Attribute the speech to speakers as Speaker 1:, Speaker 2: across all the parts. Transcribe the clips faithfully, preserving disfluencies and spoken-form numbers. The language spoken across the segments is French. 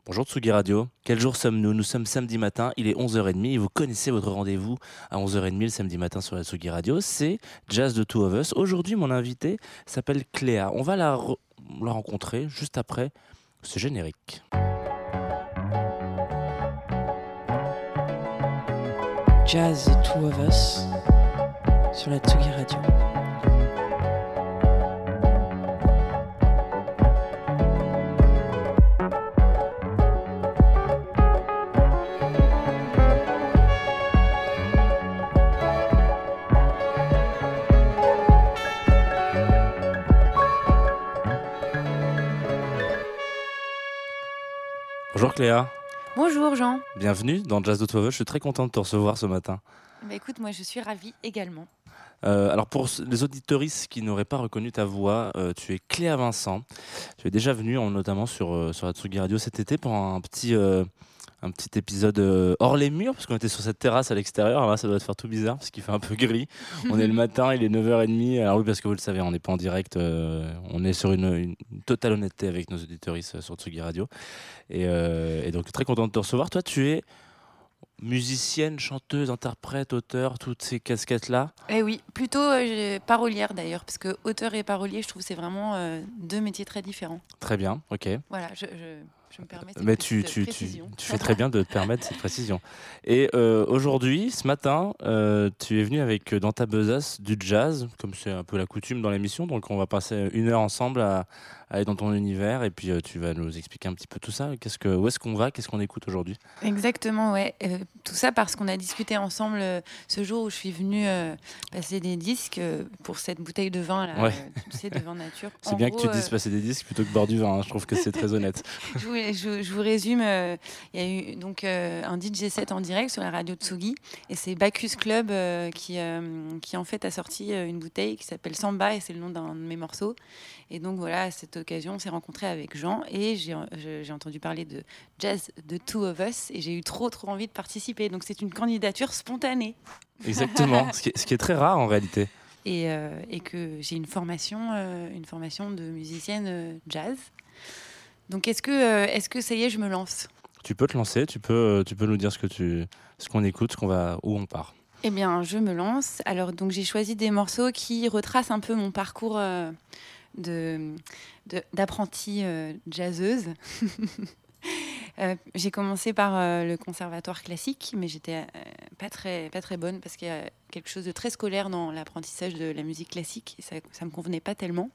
Speaker 1: Bonjour Tsugi Radio, quel jour sommes-nous? Nous sommes samedi matin, il est onze heures trente et vous connaissez votre rendez-vous à onze heures trente le samedi matin sur la Tsugi Radio, c'est Jazz de Two of Us. Aujourd'hui mon invité s'appelle Cléa, on va la, re- la rencontrer juste après ce générique.
Speaker 2: Jazz The Two of Us sur la Tsugi Radio.
Speaker 1: Bonjour Cléa,
Speaker 3: Bonjour Jean.
Speaker 1: bienvenue dans Jazz de Two of Us, je suis très content de te recevoir ce matin.
Speaker 3: Bah écoute, moi je suis ravie également.
Speaker 1: Euh, alors pour les auditoristes qui n'auraient pas reconnu ta voix, euh, tu es Cléa Vincent. Tu es déjà venue en- notamment sur, euh, sur la Tsugi Radio cet été pour un petit, euh, un petit épisode euh, hors les murs, parce qu'on était sur cette terrasse à l'extérieur. Alors là, ça doit te faire tout bizarre parce qu'il fait un peu gris. On est le matin, il est neuf heures trente. Alors oui, parce que vous le savez, on n'est pas en direct. euh, on est sur une, une totale honnêteté avec nos auditoristes euh, sur Tsugi Radio. Et, euh, et donc très content de te recevoir. Toi, tu es musicienne, chanteuse, interprète, auteur, toutes ces casquettes-là.
Speaker 3: Eh oui, plutôt euh, parolière d'ailleurs, parce que auteur et parolier, je trouve que c'est vraiment euh, deux métiers très différents.
Speaker 1: Très bien, ok.
Speaker 3: Voilà, je, je, je me permets cette
Speaker 1: Mais tu,
Speaker 3: petite
Speaker 1: tu, tu,
Speaker 3: précision.
Speaker 1: tu fais très bien de te permettre cette précision. Et euh, aujourd'hui, ce matin, euh, tu es venu avec euh, dans ta besace du jazz, comme c'est un peu la coutume dans l'émission. Donc on va passer une heure ensemble à, à aller dans ton univers et puis euh, tu vas nous expliquer un petit peu tout ça. Qu'est-ce que, où est-ce qu'on va? Qu'est-ce qu'on écoute aujourd'hui?
Speaker 3: Exactement, ouais. Euh, tout ça parce qu'on a discuté ensemble euh, ce jour où je suis venue euh, passer des disques euh, pour cette bouteille de vin, là,
Speaker 1: Ouais.
Speaker 3: euh, tu sais, de vin nature.
Speaker 1: C'est
Speaker 3: En
Speaker 1: bien
Speaker 3: gros,
Speaker 1: que tu dises
Speaker 3: euh,
Speaker 1: passer des disques plutôt que boire du vin. hein. Je trouve que c'est très honnête.
Speaker 3: je, vous, je- je vous résume, euh, il y a eu donc euh, un D J set en direct sur la radio Tsugi et c'est Bacchus Club euh, qui, euh, qui en fait a sorti euh, une bouteille qui s'appelle Samba et c'est le nom d'un de mes morceaux. Et donc voilà, à cette occasion, on s'est rencontré avec Jean et j'ai je- j'ai entendu parler de Jazz de Two of Us et j'ai eu trop trop envie de participer. Donc c'est une candidature spontanée
Speaker 1: Exactement. Ce qui, est, ce qui est très rare en réalité.
Speaker 3: et, euh, et que j'ai une formation, euh, une formation de musicienne euh, jazz. Donc est-ce que, euh, est-ce que ça y est, je me lance?
Speaker 1: Tu peux te lancer. Tu peux, euh, tu peux nous dire ce que tu, ce qu'on écoute, ce qu'on va, où on part.
Speaker 3: Eh bien, je me lance. Alors, donc, j'ai choisi des morceaux qui retracent un peu mon parcours euh, de, de- d'apprentie euh, jazzeuse. Euh, j'ai commencé par euh, le conservatoire classique, mais j'étais euh, pas très, pas très bonne parce qu'il y a quelque chose de très scolaire dans l'apprentissage de la musique classique et ça, ça me convenait pas tellement.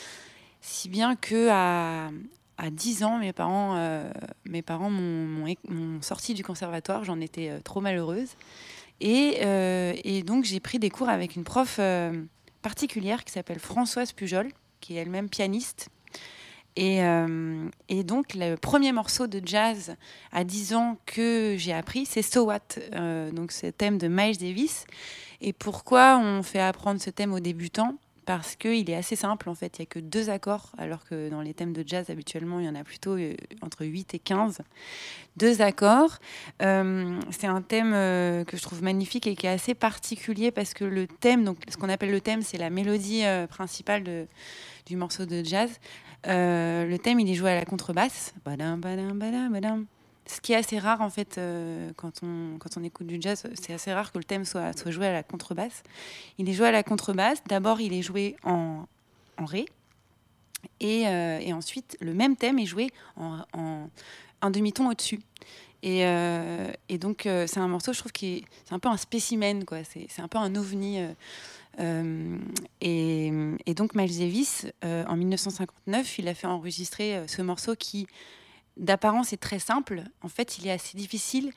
Speaker 3: Si bien que à, à dix ans, mes parents, euh, mes parents m'ont, m'ont, é- m'ont sorti du conservatoire. J'en étais euh, trop malheureuse. Et, euh, et donc, j'ai pris des cours avec une prof euh, particulière qui s'appelle Françoise Pujol, qui est elle-même pianiste. Et, euh, et donc, le premier morceau de jazz à dix ans que j'ai appris, c'est So What, euh, donc ce thème de Miles Davis. Et pourquoi on fait apprendre ce thème aux débutants? Parce qu'il est assez simple, en fait. Il n'y a que deux accords, alors que dans les thèmes de jazz, habituellement, il y en a plutôt euh, entre huit et quinze. Deux accords. Euh, c'est un thème euh, que je trouve magnifique et qui est assez particulier parce que le thème, donc ce qu'on appelle le thème, c'est la mélodie euh, principale de, du morceau de jazz. Euh, le thème, il est joué à la contrebasse. Badam, badam, badam, badam. Ce qui est assez rare en fait euh, quand, on, quand on écoute du jazz, c'est assez rare que le thème soit, soit joué à la contrebasse. Il est joué à la contrebasse. D'abord, il est joué en, en ré. Et, euh, et ensuite, le même thème est joué en, en un demi-ton au-dessus. Et, euh, et donc, euh, c'est un morceau, je trouve, qui est, c'est un peu un spécimen, quoi. C'est, c'est un peu un ovni. euh, euh, et, et donc, Miles Davis, euh, en dix-neuf cent cinquante-neuf, il a fait enregistrer euh, ce morceau qui, d'apparence, est très simple. En fait, il est assez difficile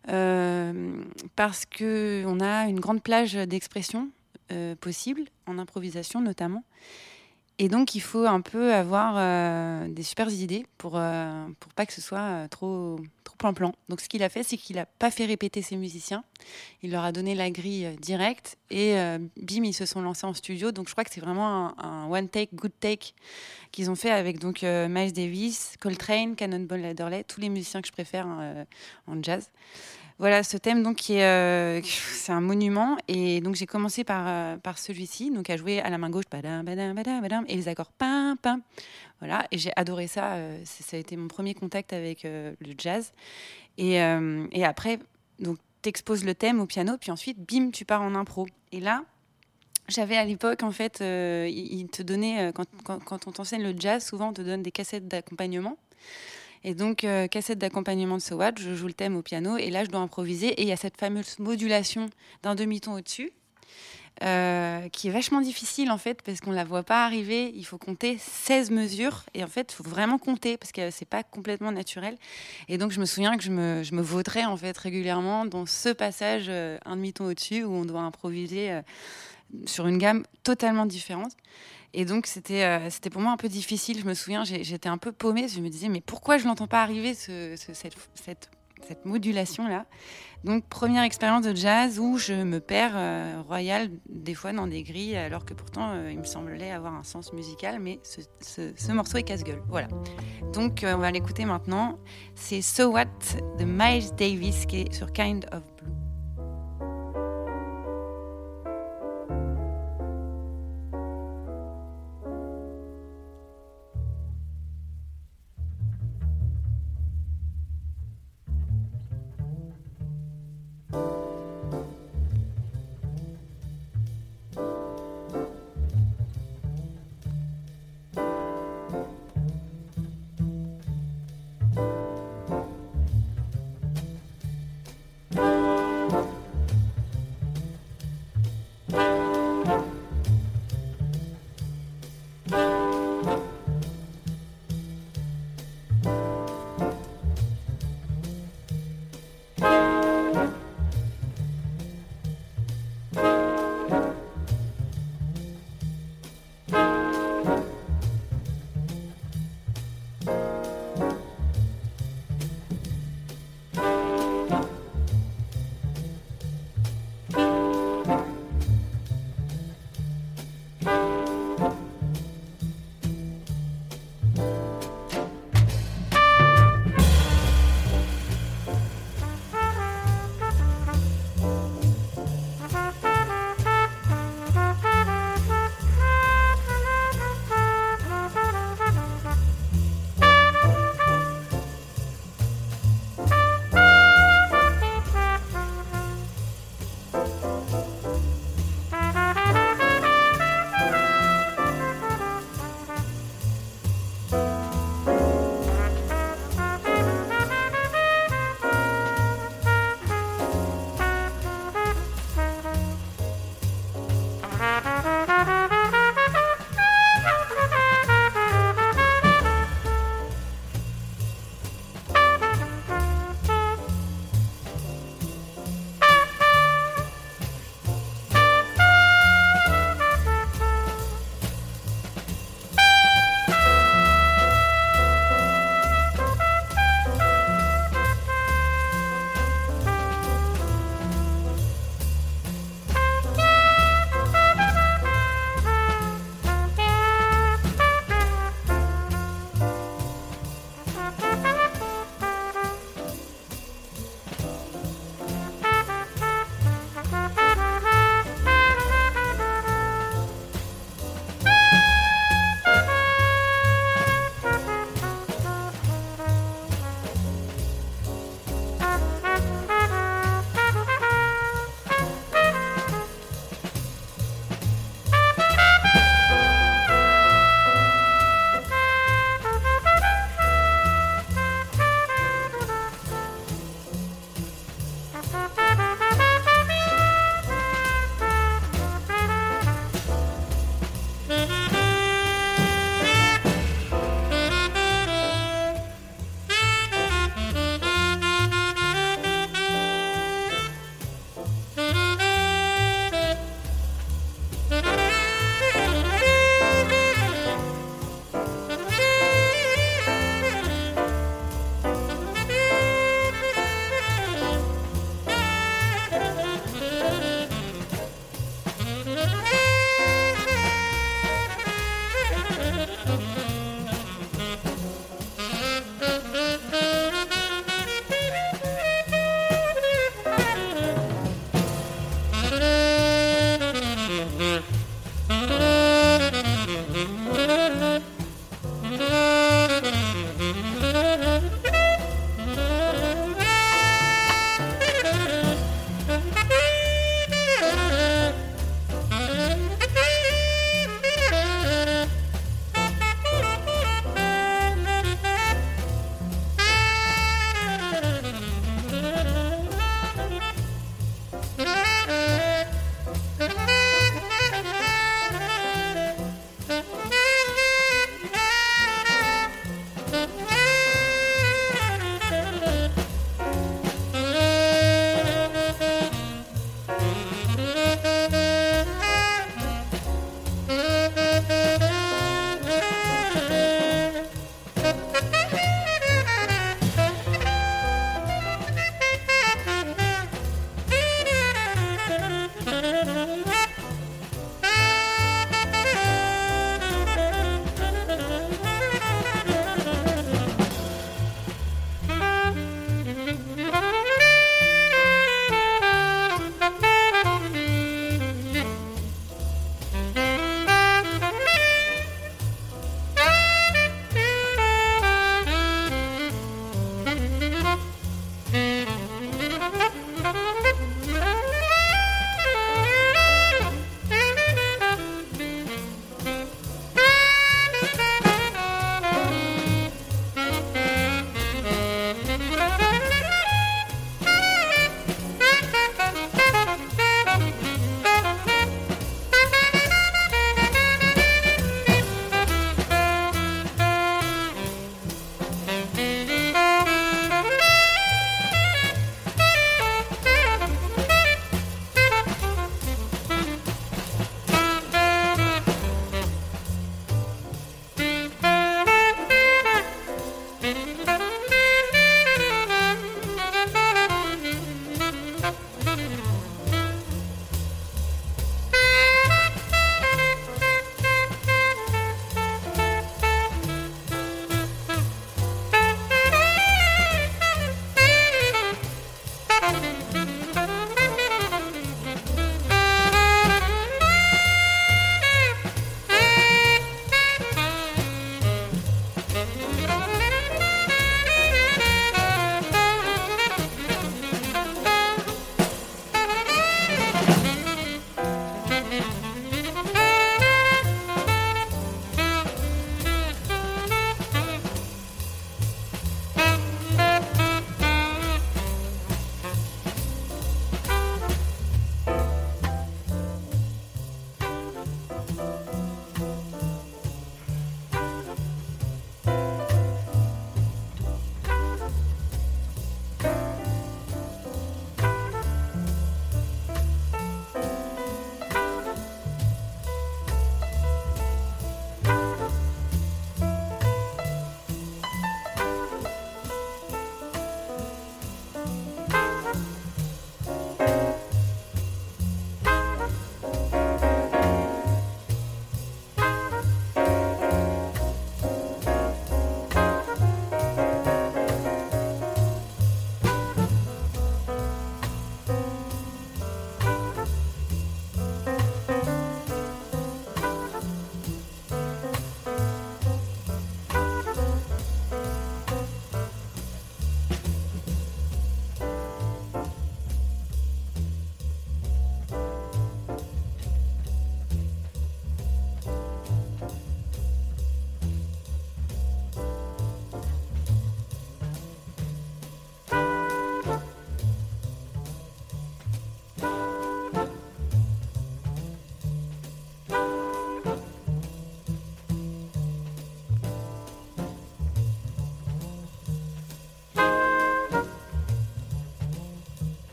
Speaker 3: euh, parce qu'on a une grande plage d'expression euh, possible, en improvisation notamment. Et donc, il faut un peu avoir euh, des super idées pour, euh, pour pas que ce soit euh, trop, trop plan-plan. Donc, ce qu'il a fait, c'est qu'il n'a pas fait répéter ses musiciens. Il leur a donné la grille euh, directe et euh, bim, ils se sont lancés en studio. Donc, je crois que c'est vraiment un, un one take, good take qu'ils ont fait avec donc, euh, Miles Davis, Coltrane, Cannonball Adderley, tous les musiciens que je préfère euh, en jazz. Voilà, ce thème donc qui est, euh, c'est un monument, et donc j'ai commencé par euh, par celui-ci, donc à jouer à la main gauche, badam, badam, badam, badam, et les accords pam pam, voilà, et j'ai adoré ça. euh, c'est- ça a été mon premier contact avec euh, le jazz, et euh, et après donc t'exposes le thème au piano, puis ensuite bim tu pars en impro, et là j'avais à l'époque en fait, euh, il il te donnait euh, quand, quand quand on t'enseigne le jazz, souvent on te donne des cassettes d'accompagnement. Et donc, euh, cassette d'accompagnement de So What, je joue le thème au piano et là, je dois improviser. Et il y a cette fameuse modulation d'un demi-ton au-dessus, euh, qui est vachement difficile en fait, parce qu'on ne la voit pas arriver. Il faut compter seize mesures et en fait, il faut vraiment compter parce que c'est pas complètement naturel. Et donc, je me souviens que je me, je me vautrais en fait régulièrement dans ce passage, euh, un demi-ton au-dessus, où on doit improviser euh, sur une gamme totalement différente. Et donc, c'était, euh, c'était pour moi un peu difficile. Je me souviens, j'ai- j'étais un peu paumée. Je me disais, mais pourquoi je l'entends pas arriver, ce, ce- cette, cette, cette modulation-là. Donc, première expérience de jazz où je me perds euh, royal, des fois dans des grilles, alors que pourtant, euh, il me semblait avoir un sens musical. Mais ce, ce, ce morceau est casse-gueule. Voilà. Donc, euh, on va l'écouter maintenant. C'est So What de Miles Davis, qui est sur Kind of Blue.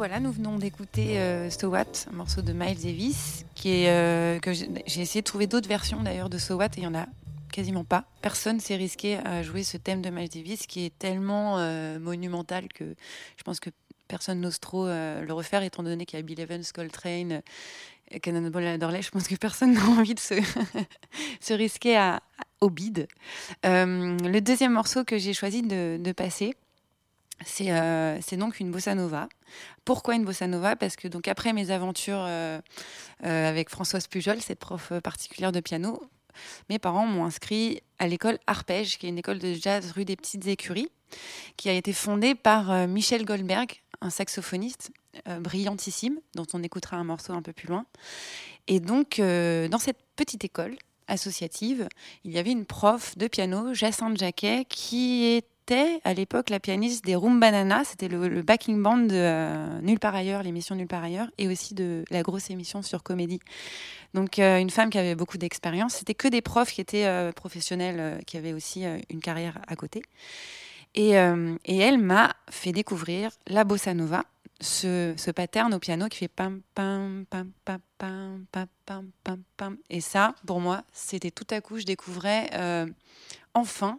Speaker 3: voilà, nous venons d'écouter euh, So What, un morceau de Miles Davis, qui est, euh, que j'ai, j'ai essayé de trouver d'autres versions d'ailleurs de So What, et il n'y en a quasiment pas. Personne s'est risqué à jouer ce thème de Miles Davis, qui est tellement euh, monumental que je pense que personne n'ose trop euh, le refaire, étant donné qu'il y a Bill Evans, Coltrane, euh, Cannonball Adderley. Je pense que personne n'a envie de se, se risquer à, à, au bide. Euh, le deuxième morceau que j'ai choisi de, de passer, C'est, euh, c'est donc une bossa nova. Pourquoi une bossa nova ? Parce que donc après mes aventures euh, euh, avec Françoise Pujol, cette prof particulière de piano, mes parents m'ont inscrit à l'école Arpège, qui est une école de jazz rue des Petites Écuries, qui a été fondée par euh, Michel Goldberg, un saxophoniste euh, brillantissime, dont on écoutera un morceau un peu plus loin. Et donc, euh, dans cette petite école associative, il y avait une prof de piano, Jacinthe Jacquet, qui est était à l'époque la pianiste des Room Banana, c'était le, le backing band de euh, Nulle part ailleurs, l'émission Nulle part ailleurs, et aussi de la grosse émission sur Comédie. Donc euh, une femme qui avait beaucoup d'expérience. C'était que des profs qui étaient euh, professionnels, euh, qui avaient aussi euh, une carrière à côté. Et, euh, et elle m'a fait découvrir la bossa nova, ce, ce pattern au piano qui fait pam pam pam pam pam pam pam pam pam. Et ça, pour moi, c'était tout à coup, je découvrais euh, enfin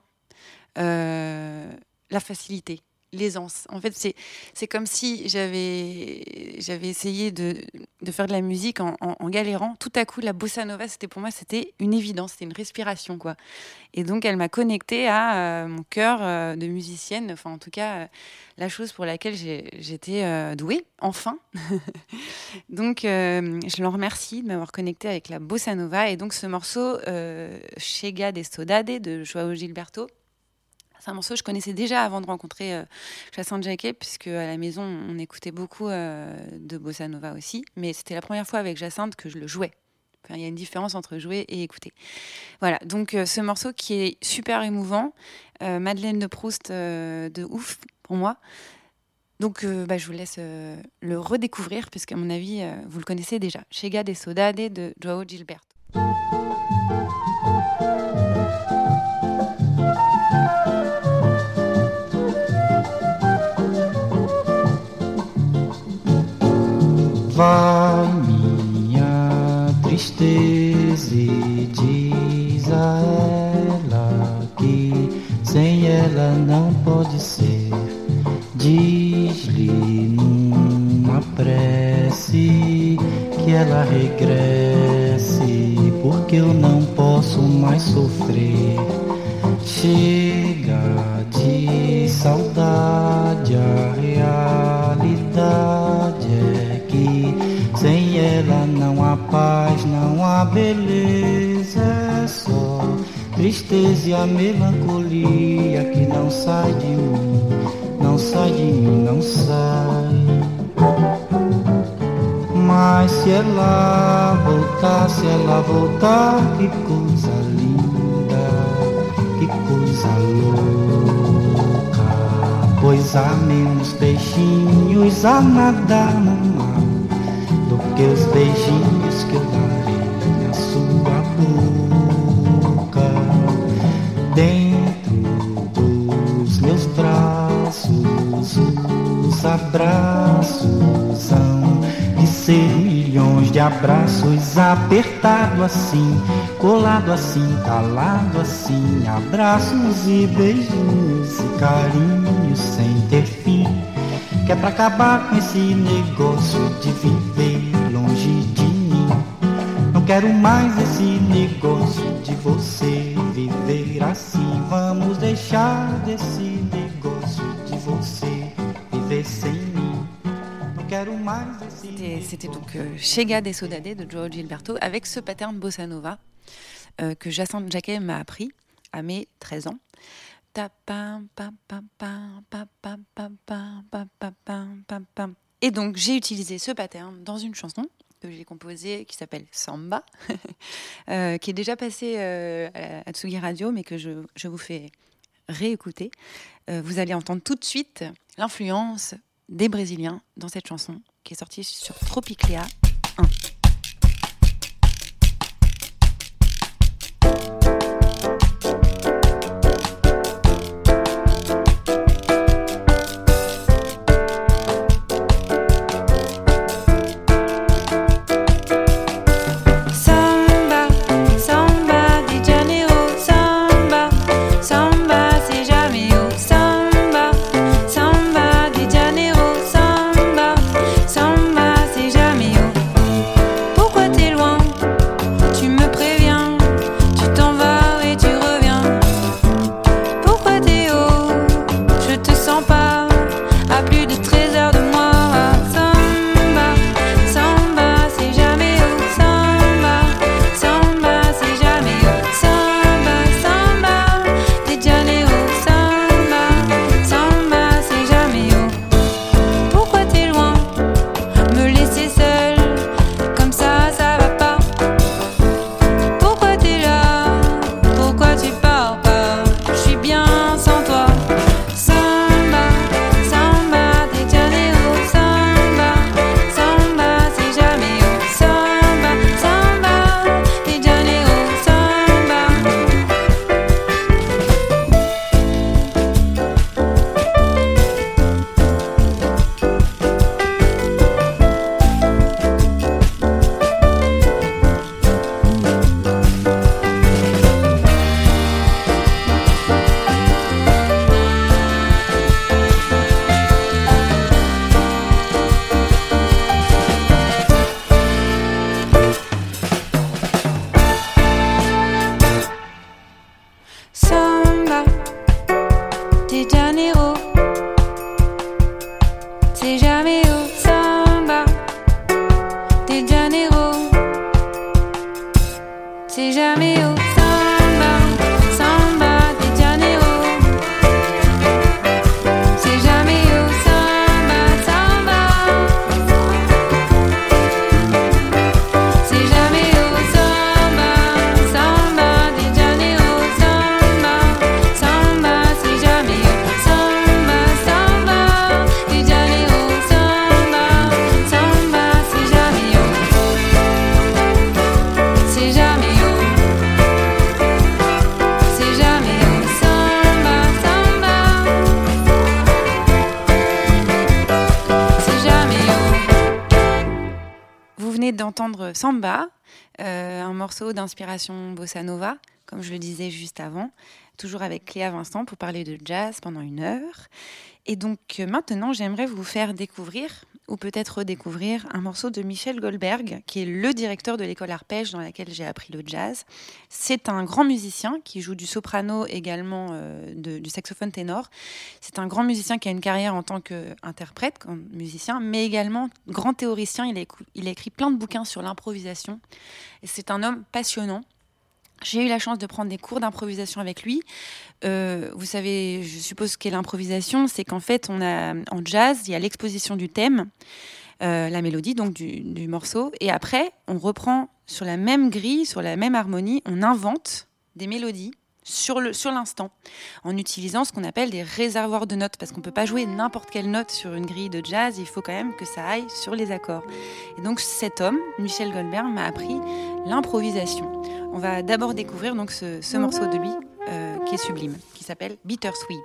Speaker 3: Euh, la facilité, l'aisance. En fait, c'est, c'est comme si j'avais, j'avais essayé de, de faire de la musique en, en, en galérant. Tout à coup, la bossa nova, c'était, pour moi, c'était une évidence, c'était une respiration, quoi. Et donc, elle m'a connectée à euh, mon cœur euh, de musicienne, enfin, en tout cas, euh, la chose pour laquelle j'ai, j'étais euh, douée, enfin. Donc, euh, je l'en remercie de m'avoir connectée avec la bossa nova. Et donc, ce morceau, euh, Chega de Saudade, de João Gilberto, c'est un morceau que je connaissais déjà avant de rencontrer euh, Jacinthe Jacquet, puisque à la maison, on écoutait beaucoup euh, de bossa nova aussi. Mais c'était la première fois avec Jacinthe que je le jouais. Enfin, il y a une différence entre jouer et écouter. Voilà, donc euh, ce morceau qui est super émouvant, euh, Madeleine de Proust euh, de ouf pour moi. Donc euh, bah, je vous laisse euh, le redécouvrir, puisqu'à mon avis, euh, vous le connaissez déjà. Chega de Saudade de João Gilberto.
Speaker 4: Vai minha tristeza e diz a ela que sem ela não pode ser. Diz-lhe numa prece que ela regresse, porque eu não posso mais sofrer. Chega de saudade, a realidade é que sem ela não há paz, não há beleza, é só tristeza e a melancolia que não sai de mim, não sai de mim, não sai. Mas se ela voltar, se ela voltar, que coisa linda, que coisa louca, pois há menos peixinhos a nadar no mar do que os beijinhos que eu darei na sua boca. Dentro dos meus braços, os abraços hão de ser milhões de abraços, apertado assim, colado assim, calado assim, abraços e beijinhos e carinhos sem ter fim, que é pra acabar com esse negócio de viver longe de mim. Não quero mais esse negócio de você viver assim. Vamos deixar desse negócio de você viver sem mim. Não quero mais esse
Speaker 3: C'était, c'était donc euh, Chega de Saudade de João Gilberto avec ce pattern bossa nova euh, que Jacinthe Jacquet m'a appris à mes treize ans. Et donc j'ai utilisé ce pattern dans une chanson que j'ai composée qui s'appelle Samba, euh, qui est déjà passée euh, à Tsugi Radio, mais que je, je vous fais réécouter. Euh, vous allez entendre tout de suite l'influence des Brésiliens dans cette chanson qui est sortie sur Tropicléa un. Samba de Janeiro, c'est jamais au samba de Janeiro, c'est jamais au samba, samba de Janeiro, c'est jamais au samba, samba, c'est jamais au samba, samba de Janeiro, samba, samba, c'est jamais au samba, samba de Janeiro, samba, samba, c'est jamais au, c'est jamais au, c'est jamais au samba, samba, c'est jamais au. Vous venez d'entendre Samba, euh, un morceau d'inspiration bossa nova, comme je le disais juste avant, toujours avec Cléa Vincent pour parler de jazz pendant une heure. Et donc euh, maintenant, j'aimerais vous faire découvrir, ou peut-être redécouvrir, un morceau de Michel Goldberg, qui est le directeur de l'école Arpège dans laquelle j'ai appris le jazz. C'est un grand musicien qui joue du soprano, également euh, de- du saxophone ténor. C'est un grand musicien qui a une carrière en tant qu'interprète, comme musicien, mais également grand théoricien. Il a, écou- il a écrit plein de bouquins sur l'improvisation. Et c'est un homme passionnant. J'ai eu la chance de prendre des cours d'improvisation avec lui. Euh, vous savez, je suppose ce qu'est l'improvisation, c'est qu'en fait, on a, en jazz, il y a l'exposition du thème, euh, la mélodie donc du, du morceau, et après, on reprend sur la même grille, sur la même harmonie, on invente des mélodies sur le, sur l'instant, en utilisant ce qu'on appelle des réservoirs de notes, parce qu'on ne peut pas jouer n'importe quelle note sur une grille de jazz, il faut quand même que ça aille sur les accords. Et donc cet homme, Michel Goldberg, m'a appris l'improvisation. On va d'abord découvrir donc ce, ce morceau de lui euh, qui est sublime, qui s'appelle Bittersweet.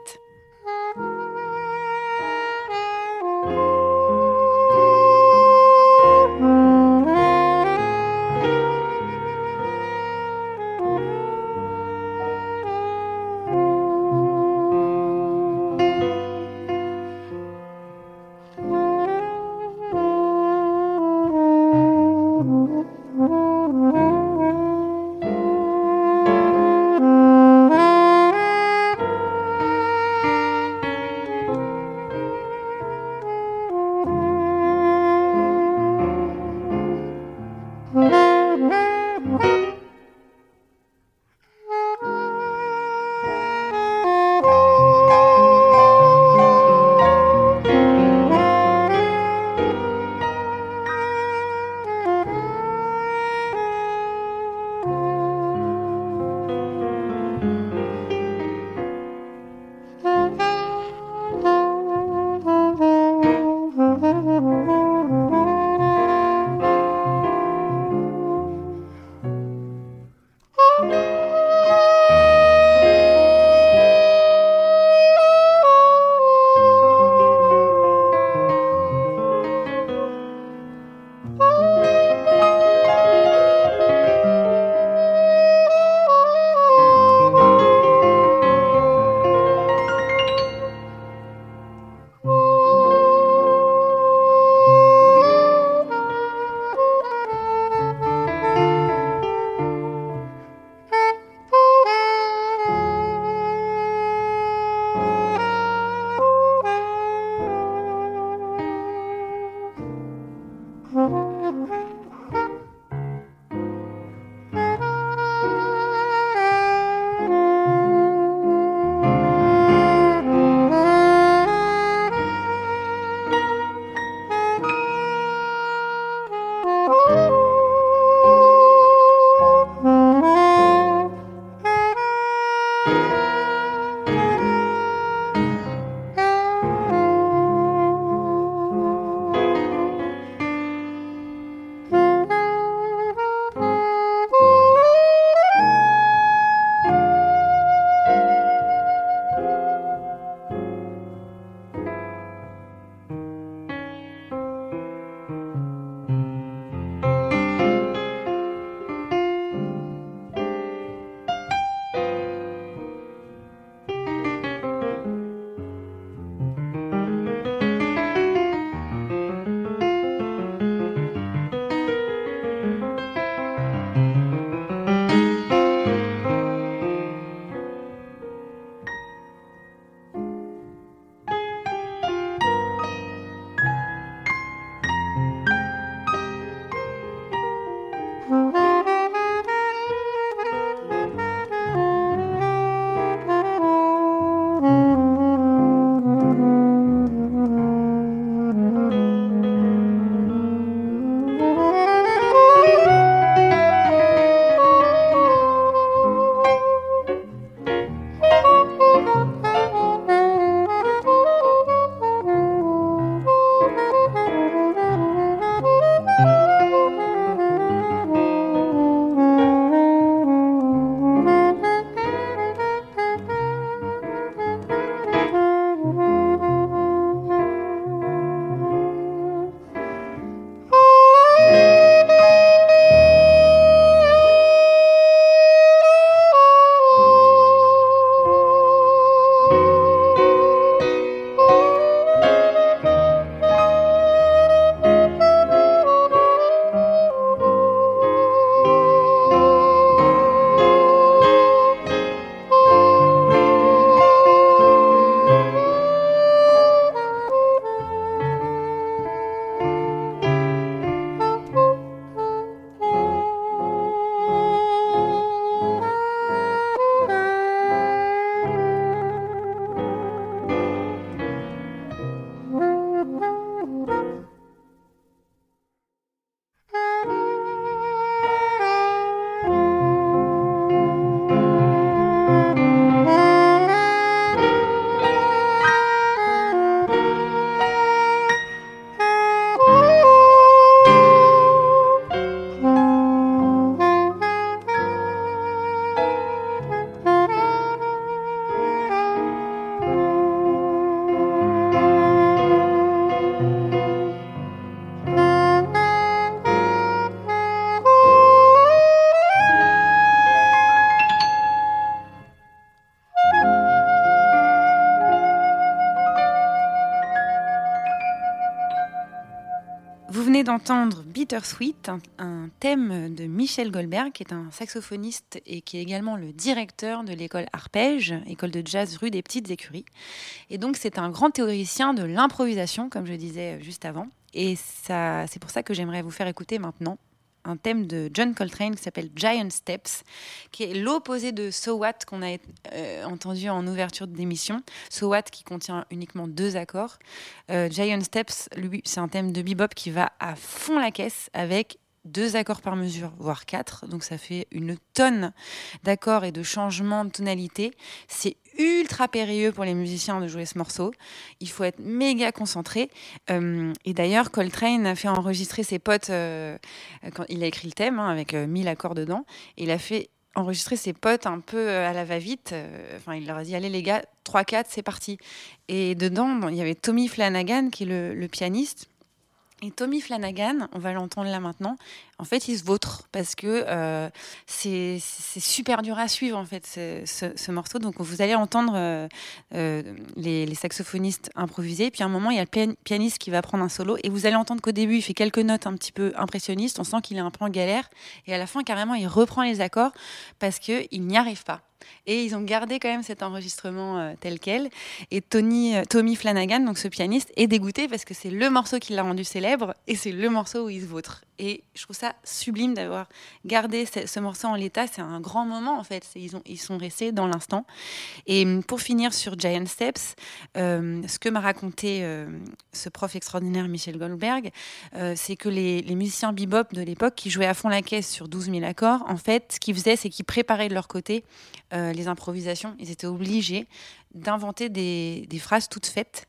Speaker 3: venez d'entendre Bittersweet, un, un thème de Michel Goldberg, qui est un saxophoniste et qui est également le directeur de l'école Arpège, école de jazz rue des Petites Écuries. Et donc c'est un grand théoricien de l'improvisation, comme je disais juste avant. Et ça, c'est pour ça que j'aimerais vous faire écouter maintenant un thème de John Coltrane qui s'appelle Giant Steps, qui est l'opposé de So What qu'on a euh, entendu en ouverture d'émission. So What qui contient uniquement deux accords. Euh, Giant Steps, lui, c'est un thème de bebop qui va à fond la caisse avec deux accords par mesure, voire quatre. Donc ça fait une tonne d'accords et de changements de tonalité. C'est ultra périlleux pour les musiciens de jouer ce morceau. Il faut être méga concentré. Euh, et d'ailleurs, Coltrane a fait enregistrer ses potes euh, quand il a écrit le thème, hein, avec euh, mille accords dedans. Et il a fait enregistrer ses potes un peu à la va-vite. Enfin, il leur a dit, allez les gars, trois quatre, c'est parti. Et dedans, bon, il y avait Tommy Flanagan, qui est le, le pianiste. Et Tommy Flanagan, on va l'entendre là maintenant, en fait, il se vautre parce que euh, c'est, c'est super dur à suivre, en fait, ce, ce, ce morceau. Donc, vous allez entendre euh, euh, les, les saxophonistes improviser. Puis, à un moment, il y a le pianiste qui va prendre un solo. Et vous allez entendre qu'au début, il fait quelques notes un petit peu impressionnistes. On sent qu'il est un peu en galère. Et à la fin, carrément, il reprend les accords parce qu'il n'y arrive pas. Et ils ont gardé quand même cet enregistrement euh, tel quel. Et Tony, euh, Tommy Flanagan, donc ce pianiste, est dégoûté parce que c'est le morceau qui l'a rendu célèbre et c'est le morceau où il se vautre. Et je trouve ça sublime d'avoir gardé ce, ce morceau en l'état. C'est un grand moment en fait. C'est, ils, ont, ils sont restés dans l'instant. Et pour finir sur Giant Steps, euh, ce que m'a raconté euh, ce prof extraordinaire Michel Goldberg, euh, c'est que les, les musiciens bebop de l'époque qui jouaient à fond la caisse sur douze mille accords, en fait, ce qu'ils faisaient, c'est qu'ils préparaient de leur côté Euh, les improvisations. Ils étaient obligés d'inventer des, des phrases toutes faites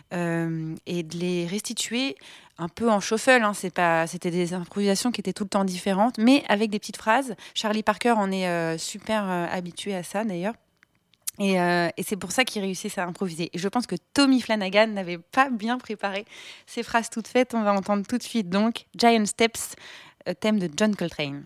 Speaker 3: euh, et de les restituer un peu en shuffle. Hein. C'est pas, c'était des improvisations qui étaient tout le temps différentes, mais avec des petites phrases. Charlie Parker en est euh, super euh, habitué à ça, d'ailleurs. Et, euh, et c'est pour ça qu'ils réussissent à improviser. Et je pense que Tommy Flanagan n'avait pas bien préparé ces phrases toutes faites. On va entendre tout de suite, donc, Giant Steps, euh, thème de John Coltrane.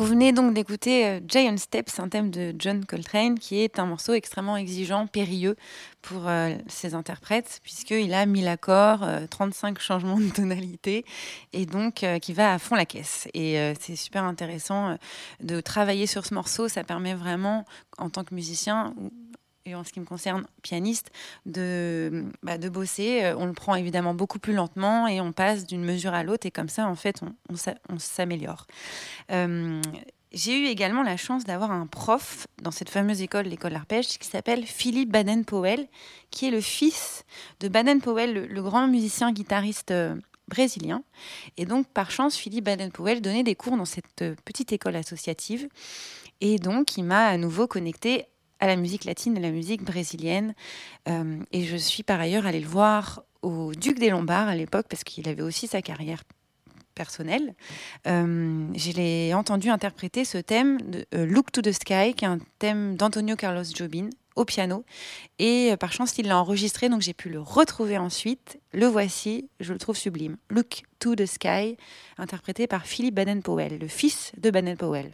Speaker 3: venez donc d'écouter euh, Giant Steps, un thème de John Coltrane, qui est un morceau extrêmement exigeant, périlleux pour euh, ses interprètes, puisqu'il a mille accords, euh, trente-cinq changements de tonalité, et donc euh, qui va à fond la caisse. Et euh, c'est super intéressant euh, de travailler sur ce morceau. Ça permet vraiment, en tant que musicien, et en ce qui me concerne, pianiste, de, bah, de bosser. On le prend évidemment beaucoup plus lentement et on passe d'une mesure à l'autre, et comme ça, en fait, on, on, s'a- on s'améliore. Euh, j'ai eu également la chance d'avoir un prof dans cette fameuse école, l'école d'arpège, qui s'appelle Philippe Baden-Powell, qui est le fils de Baden-Powell, le, le grand musicien guitariste euh, brésilien. Et donc, par chance, Philippe Baden-Powell donnait des cours dans cette euh, petite école associative. Et donc, il m'a à nouveau connectée à la musique latine, à la musique brésilienne. Euh, et je suis par ailleurs allée le voir au Duc des Lombards à l'époque, parce qu'il avait aussi sa carrière personnelle. Euh, je l'ai entendu interpréter ce thème de euh, Look to the Sky, qui est un thème d'Antonio Carlos Jobim, au piano. Et euh, par chance, il l'a enregistré, donc j'ai pu le retrouver ensuite. Le voici, je le trouve sublime. Look to the Sky, interprété par Philippe Baden-Powell, le fils de Baden-Powell.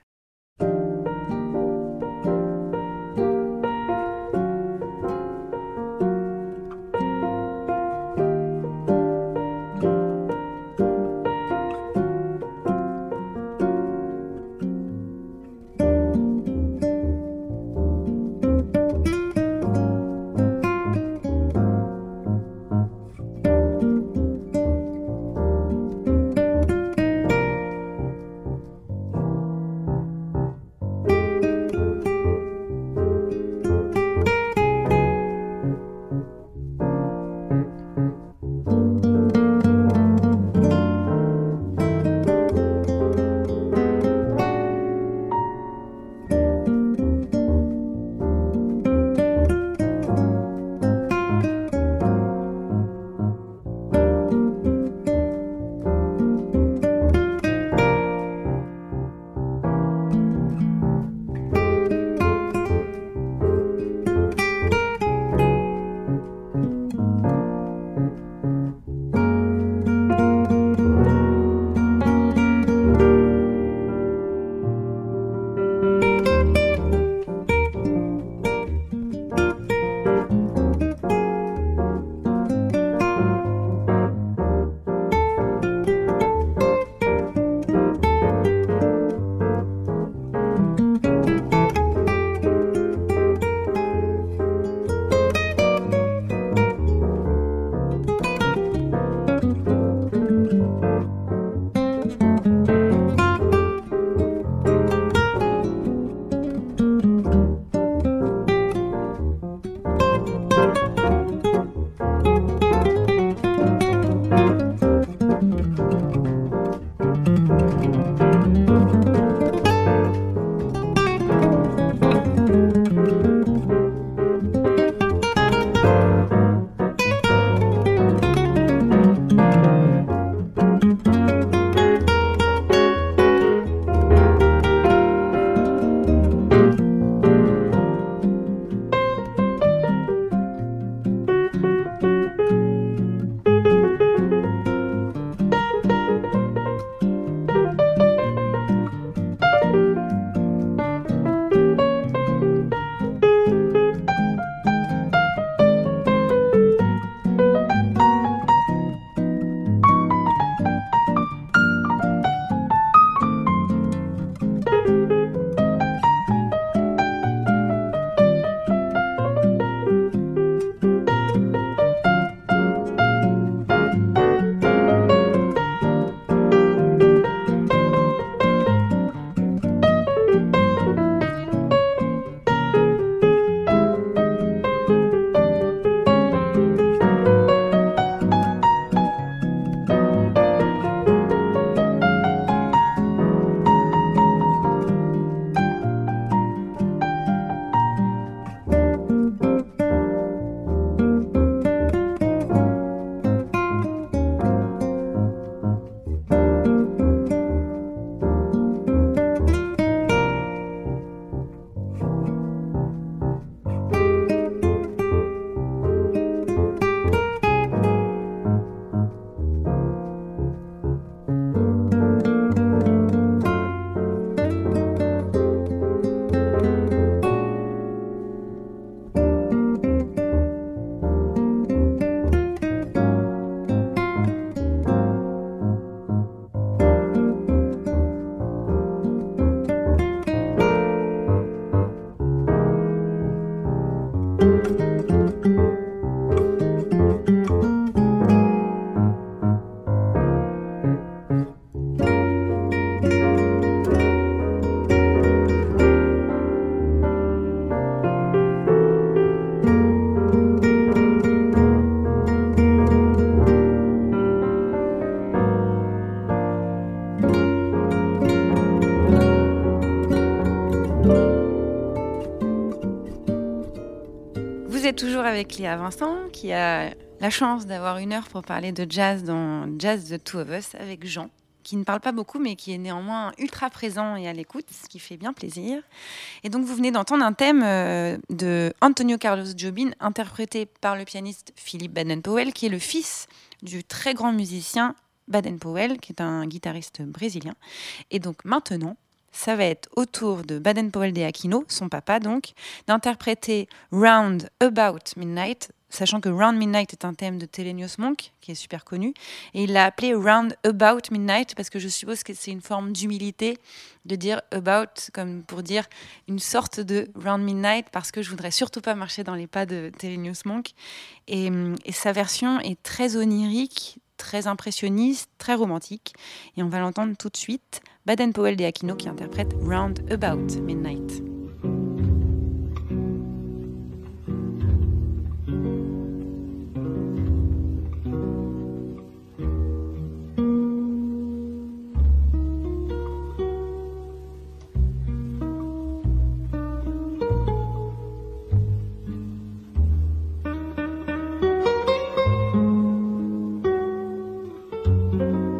Speaker 3: avec Léa Vincent, qui a la chance d'avoir une heure pour parler de jazz dans Jazz The Two of Us avec Jean, qui ne parle pas beaucoup, mais qui est néanmoins ultra présent et à l'écoute, ce qui fait bien plaisir. Et donc, vous venez d'entendre un thème euh, de Antonio Carlos Jobim, interprété par le pianiste Philippe Baden-Powell, qui est le fils du très grand musicien Baden-Powell, qui est un guitariste brésilien. Et donc, maintenant, ça va être au tour de Baden-Powell de Aquino, son papa donc, d'interpréter Round About Midnight, sachant que Round Midnight est un thème de Thelonious Monk, qui est super connu, et il l'a appelé Round About Midnight, parce que je suppose que c'est une forme d'humilité de dire about, comme pour dire une sorte de Round Midnight, parce que je voudrais surtout pas marcher dans les pas de Thelonious Monk. Et, et sa version est très onirique, très impressionniste, très romantique, et on va l'entendre tout de suite, Baden-Powell de Aquino qui interprète Round About Midnight.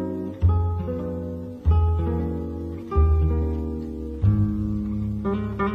Speaker 4: Thank you.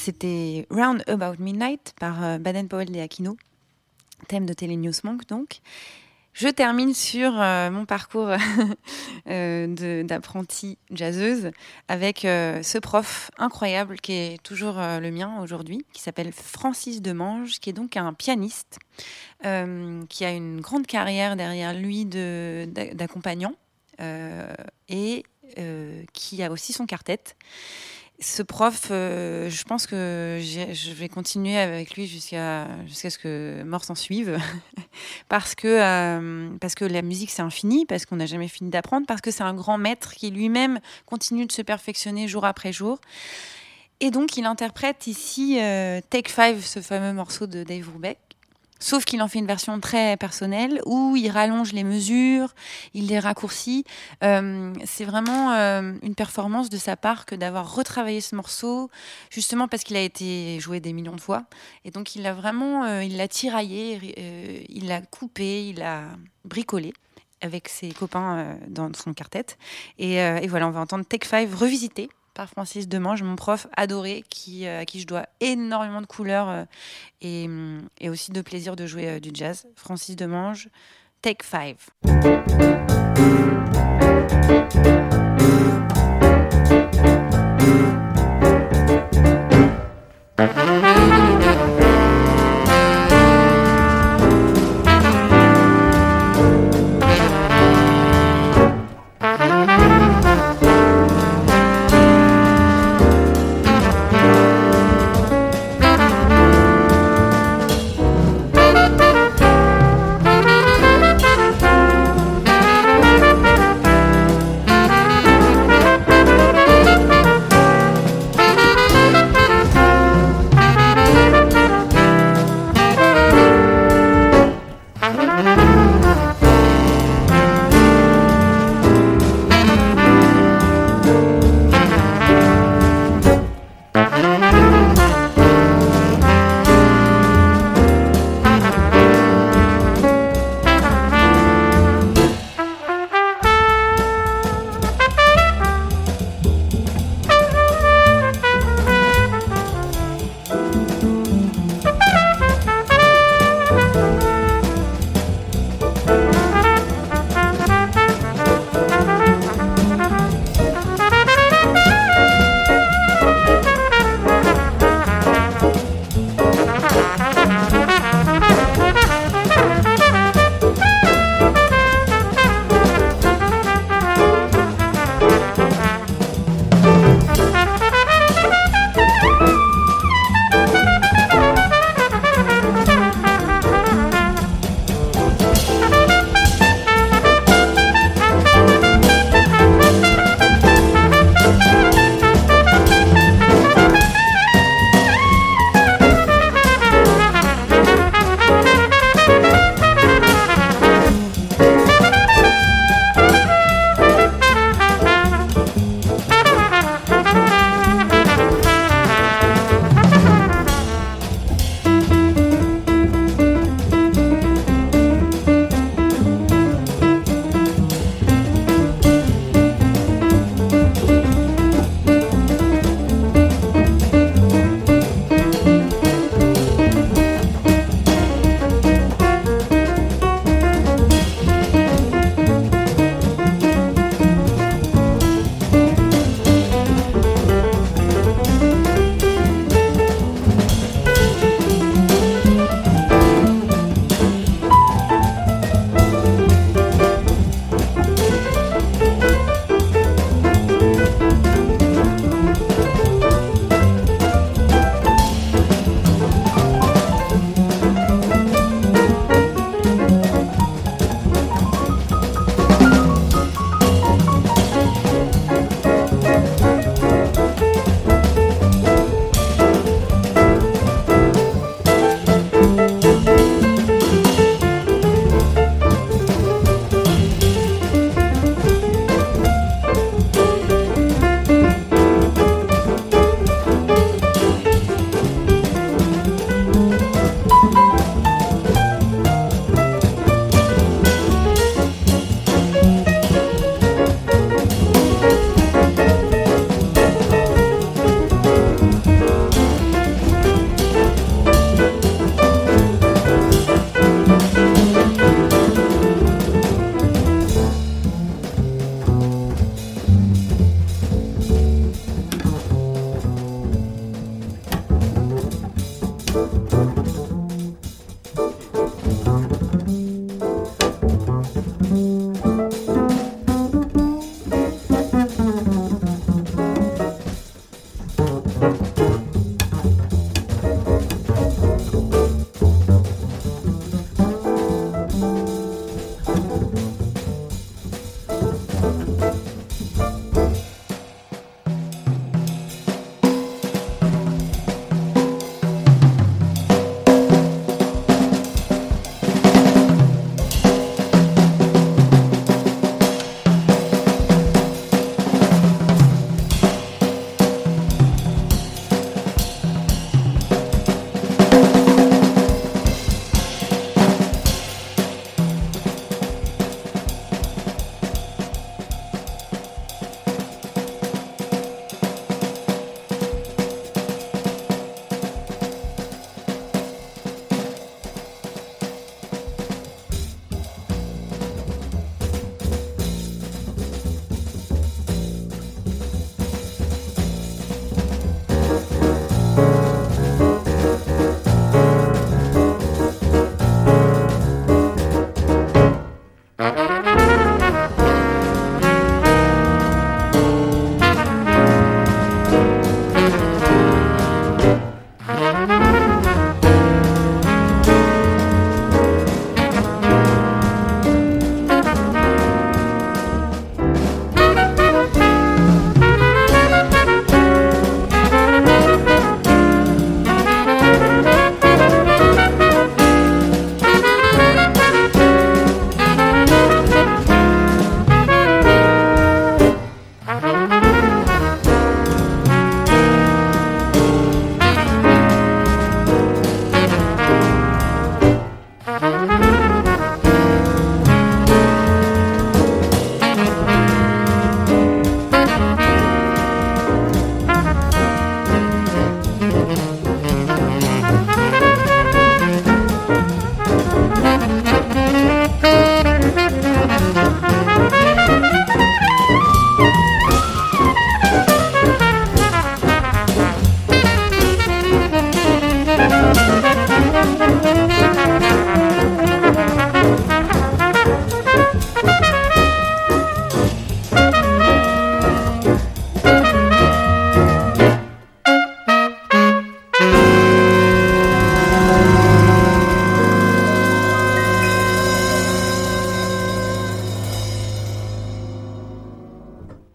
Speaker 3: c'était Round About Midnight par euh, Baden-Powell et Aquino, thème de Thelonious Monk donc. Je termine sur euh, mon parcours euh, de, d'apprentie jazzeuse avec euh, ce prof incroyable qui est toujours euh, le mien aujourd'hui, qui s'appelle Francis Demange, qui est donc un pianiste euh, qui a une grande carrière derrière lui de, d'accompagnant euh, et euh, qui a aussi son quartet. Ce prof, euh, je pense que j'ai, je vais continuer avec lui jusqu'à, jusqu'à ce que mort s'en suive. parce, que, euh, parce que la musique, c'est infini, parce qu'on n'a jamais fini d'apprendre, parce que c'est un grand maître qui lui-même continue de se perfectionner jour après jour. Et donc, il interprète ici euh, Take Five, ce fameux morceau de Dave Brubeck. Sauf qu'il en fait une version très personnelle où il rallonge les mesures, il les raccourcit. Euh, c'est vraiment euh, une performance de sa part que d'avoir retravaillé ce morceau, justement parce qu'il a été joué des millions de fois. Et donc il l'a vraiment, euh, il l'a tiraillé, euh, il l'a coupé, il l'a bricolé avec ses copains euh, dans son quartet. Et, euh, et voilà, on va entendre Take Five revisité par Francis Demange, mon prof adoré, qui, euh, à qui je dois énormément de couleurs euh, et, et aussi de plaisir de jouer euh, du jazz. Francis Demange, Take Five.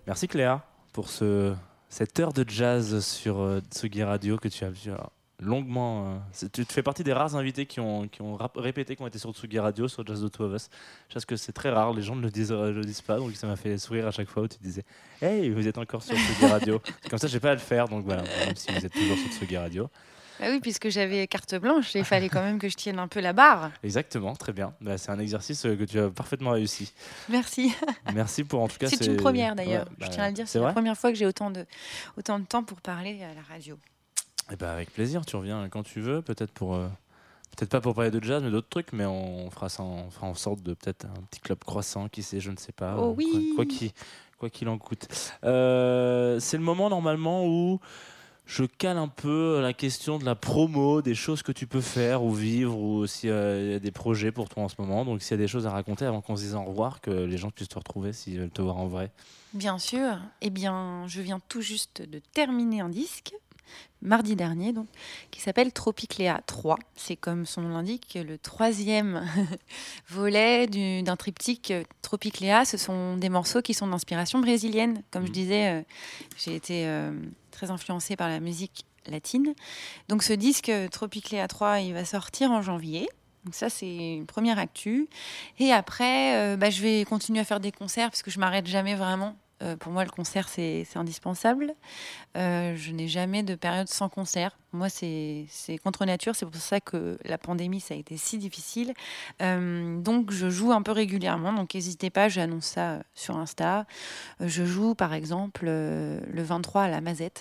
Speaker 1: Merci Cléa pour ce, cette heure de jazz sur euh, Tsugi Radio que tu as vu alors, longuement. Euh, c'est- tu, tu fais partie des rares invités qui ont, qui ont rap- répété, qui ont été sur Tsugi Radio, sur Jazz de Two of Us. Je pense que c'est très rare, les gens ne le disent, euh, le disent pas, donc ça m'a fait sourire à chaque fois où tu disais « Hey, vous êtes encore sur Tsugi Radio ». Comme ça, j'ai pas à le faire, donc voilà, même si vous êtes toujours sur Tsugi Radio.
Speaker 3: Bah oui, puisque j'avais carte blanche, il fallait quand même que je tienne un peu la barre.
Speaker 1: Exactement, très bien. Bah, c'est un exercice euh, que tu as parfaitement réussi.
Speaker 3: Merci.
Speaker 1: Merci pour en tout cas.
Speaker 3: C'est une première d'ailleurs,
Speaker 1: Ouais,
Speaker 3: je
Speaker 1: bah,
Speaker 3: tiens à le dire,
Speaker 1: c'est
Speaker 3: c'est la
Speaker 1: vrai.
Speaker 3: première fois que j'ai autant de, autant de temps pour parler à la radio.
Speaker 1: Eh ben, avec plaisir, tu reviens quand tu veux, peut-être pour euh, peut-être pas pour parler de jazz mais d'autres trucs, mais on fera ça, en- on fera en sorte de peut-être un petit club croissant, qui sait, je ne sais pas.
Speaker 3: Oh
Speaker 1: euh,
Speaker 3: oui.
Speaker 1: quoi, quoi qu'il quoi qu'il en coûte. Euh, c'est le moment normalement où je cale un peu la question de la promo, des choses que tu peux faire ou vivre, ou s'il y a des projets pour toi en ce moment. Donc s'il y a des choses à raconter avant qu'on se dise au revoir, que les gens puissent te retrouver s'ils veulent te voir en vrai.
Speaker 3: Bien sûr. Eh bien, je viens tout juste de terminer un disque, mardi dernier, donc, qui s'appelle Tropicléa trois. C'est comme son nom l'indique, le troisième volet du- d'un triptyque. Tropicléa, ce sont des morceaux qui sont d'inspiration brésilienne. Comme je
Speaker 1: Mhm.
Speaker 3: disais, euh, j'ai été euh, très influencée par la musique latine. Donc ce disque euh, Tropicléa trois, il va sortir en janvier. Donc ça, c'est une première actu. Et après, euh, bah, je vais continuer à faire des concerts parce que je m'arrête jamais vraiment. Euh, pour moi, le concert, c'est c'est indispensable. Euh, je n'ai jamais de période sans concert. Moi, c'est c'est contre nature. C'est pour ça que la pandémie, ça a été si difficile. Euh, donc, je joue un peu régulièrement. Donc, n'hésitez pas, j'annonce ça euh, sur Insta. Euh, je joue, par exemple, euh, le vingt-trois à la Mazette.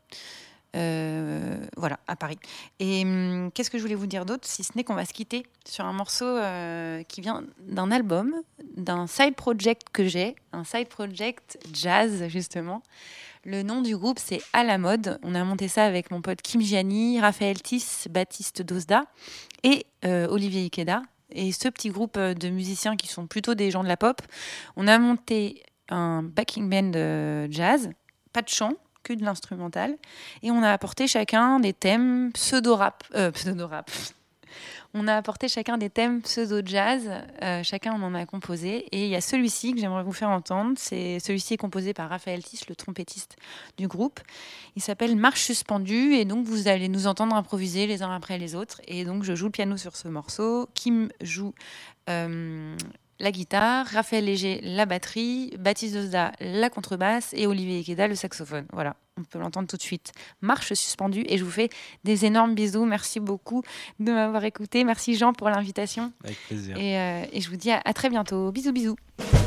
Speaker 3: Euh, voilà, à Paris. Et hum, qu'est-ce que je voulais vous dire d'autre, si ce n'est qu'on va se quitter sur un morceau euh, qui vient d'un album, d'un side project que j'ai, un side project jazz, justement. Le nom du groupe, c'est À la mode. On a monté ça avec mon pote Kim Gianni, Raphaël Tiss, Baptiste Dosda et euh, Olivier Ikeda. Et ce petit groupe de musiciens qui sont plutôt des gens de la pop, on a monté un backing band euh, jazz, pas de chant, que de l'instrumental. Et on a apporté chacun des thèmes pseudo-rap. Euh, pseudo-rap. On a apporté chacun des thèmes pseudo-jazz. Euh, chacun on en a composé. Et il y a celui-ci que j'aimerais vous faire entendre. C'est, celui-ci est composé par Raphaël Tiss, le trompettiste du groupe. Il s'appelle Marche suspendue. Et donc, vous allez nous entendre improviser les uns après les autres. Et donc, je joue le piano sur ce morceau. Kim joue... Euh, la guitare, Raphaël Léger, la batterie, Baptiste Dosda, la contrebasse et Olivier Ikeda, le saxophone. Voilà, on peut l'entendre tout de suite. Marche suspendue et je vous fais des énormes bisous. Merci beaucoup de m'avoir écouté. Merci Jean pour l'invitation.
Speaker 1: Avec plaisir.
Speaker 3: Et, euh, et je vous dis à, à très bientôt. Bisous, bisous.